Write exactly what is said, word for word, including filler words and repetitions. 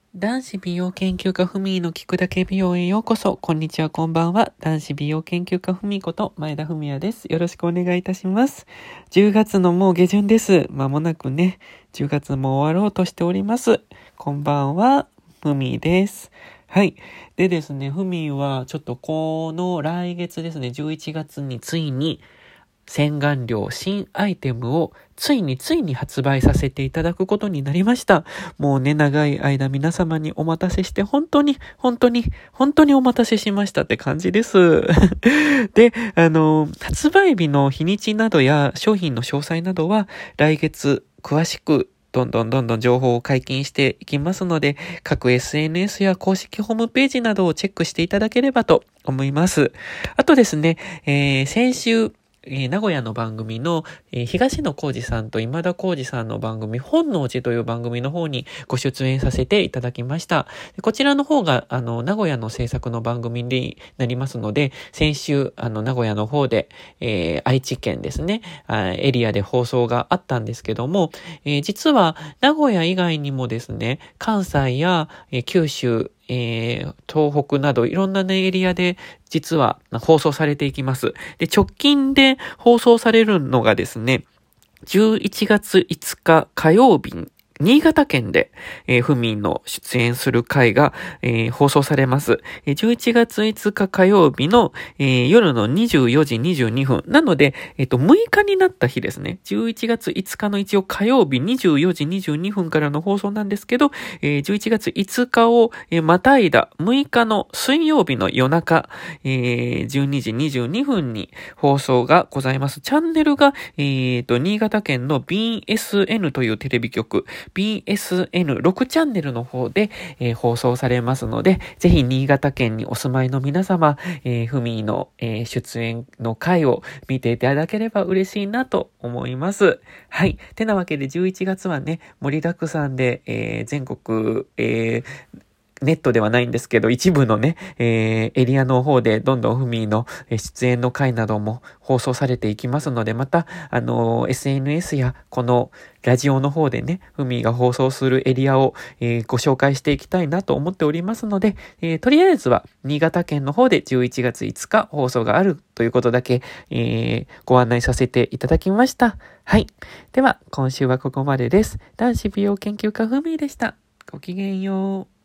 男子美容研究家ふみの聞くだけ美容へようこそ。こんにちは、こんばんは。男子美容研究家ふみこと前田文也です。よろしくお願いいたします。じゅうがつのもう下旬です。まもなくね、じゅうがつも終わろうとしております。こんばんは、ふみです。はい。でですね、ふみはちょっとこの来月ですね、じゅういちがつについに洗顔料新アイテムをついについに発売させていただくことになりました。もうね、長い間皆様にお待たせして本当に本当に本当にお待たせしましたって感じです。で、あの、発売日の日にちなどや商品の詳細などは来月詳しくどんどんどんどん情報を解禁していきますので、各 エスエヌエス や公式ホームページなどをチェックしていただければと思います。あとですね、えー、先週、えー、名古屋の番組の、えー、東野幸治さんと今田耕司さんの番組、本能寺という番組の方にご出演させていただきました。こちらの方が、あの、名古屋の制作の番組になりますので、先週、あの、名古屋の方で、えー、愛知県ですね、エリアで放送があったんですけども、えー、実は、名古屋以外にもですね、関西や、えー、九州、えー、東北などいろんな、ね、エリアで実は放送されていきます。で、直近で放送されるのがですね、じゅういちがついつか火曜日に新潟県で、えー、ふみんの出演する回が、えー、放送されます。じゅういちがついつか火曜日の、えー、夜のにじゅうよじにじゅうにふん。なので、えっと、むいかになった日ですね。じゅういちがついつかの一応火曜日にじゅうよじにじゅうにふんからの放送なんですけど、えー、じゅういちがついつかを、えー、またいだむいかの水曜日の夜中、えー、じゅうにじにじゅうにふんに放送がございます。チャンネルが、えーと、新潟県の ビーエスエヌ というテレビ局、ビーエスエヌろく チャンネルの方で、えー、放送されますので、ぜひ新潟県にお住まいの皆様、えー、ふみの、えー、出演の回を見ていただければ嬉しいなと思います。はい。てなわけでじゅういちがつはね、盛りだくさんで、えー、全国、えーネットではないんですけど、一部のね、えー、エリアの方でどんどんふみの出演の回なども放送されていきますので、また、あのー、エスエヌエス やこのラジオの方でね、ふみが放送するエリアを、えー、ご紹介していきたいなと思っておりますので、えー、とりあえずは新潟県の方でじゅういちがついつか放送があるということだけ、えー、ご案内させていただきました。はい。では、今週はここまでです。男子美容研究家ふみでした。ごきげんよう。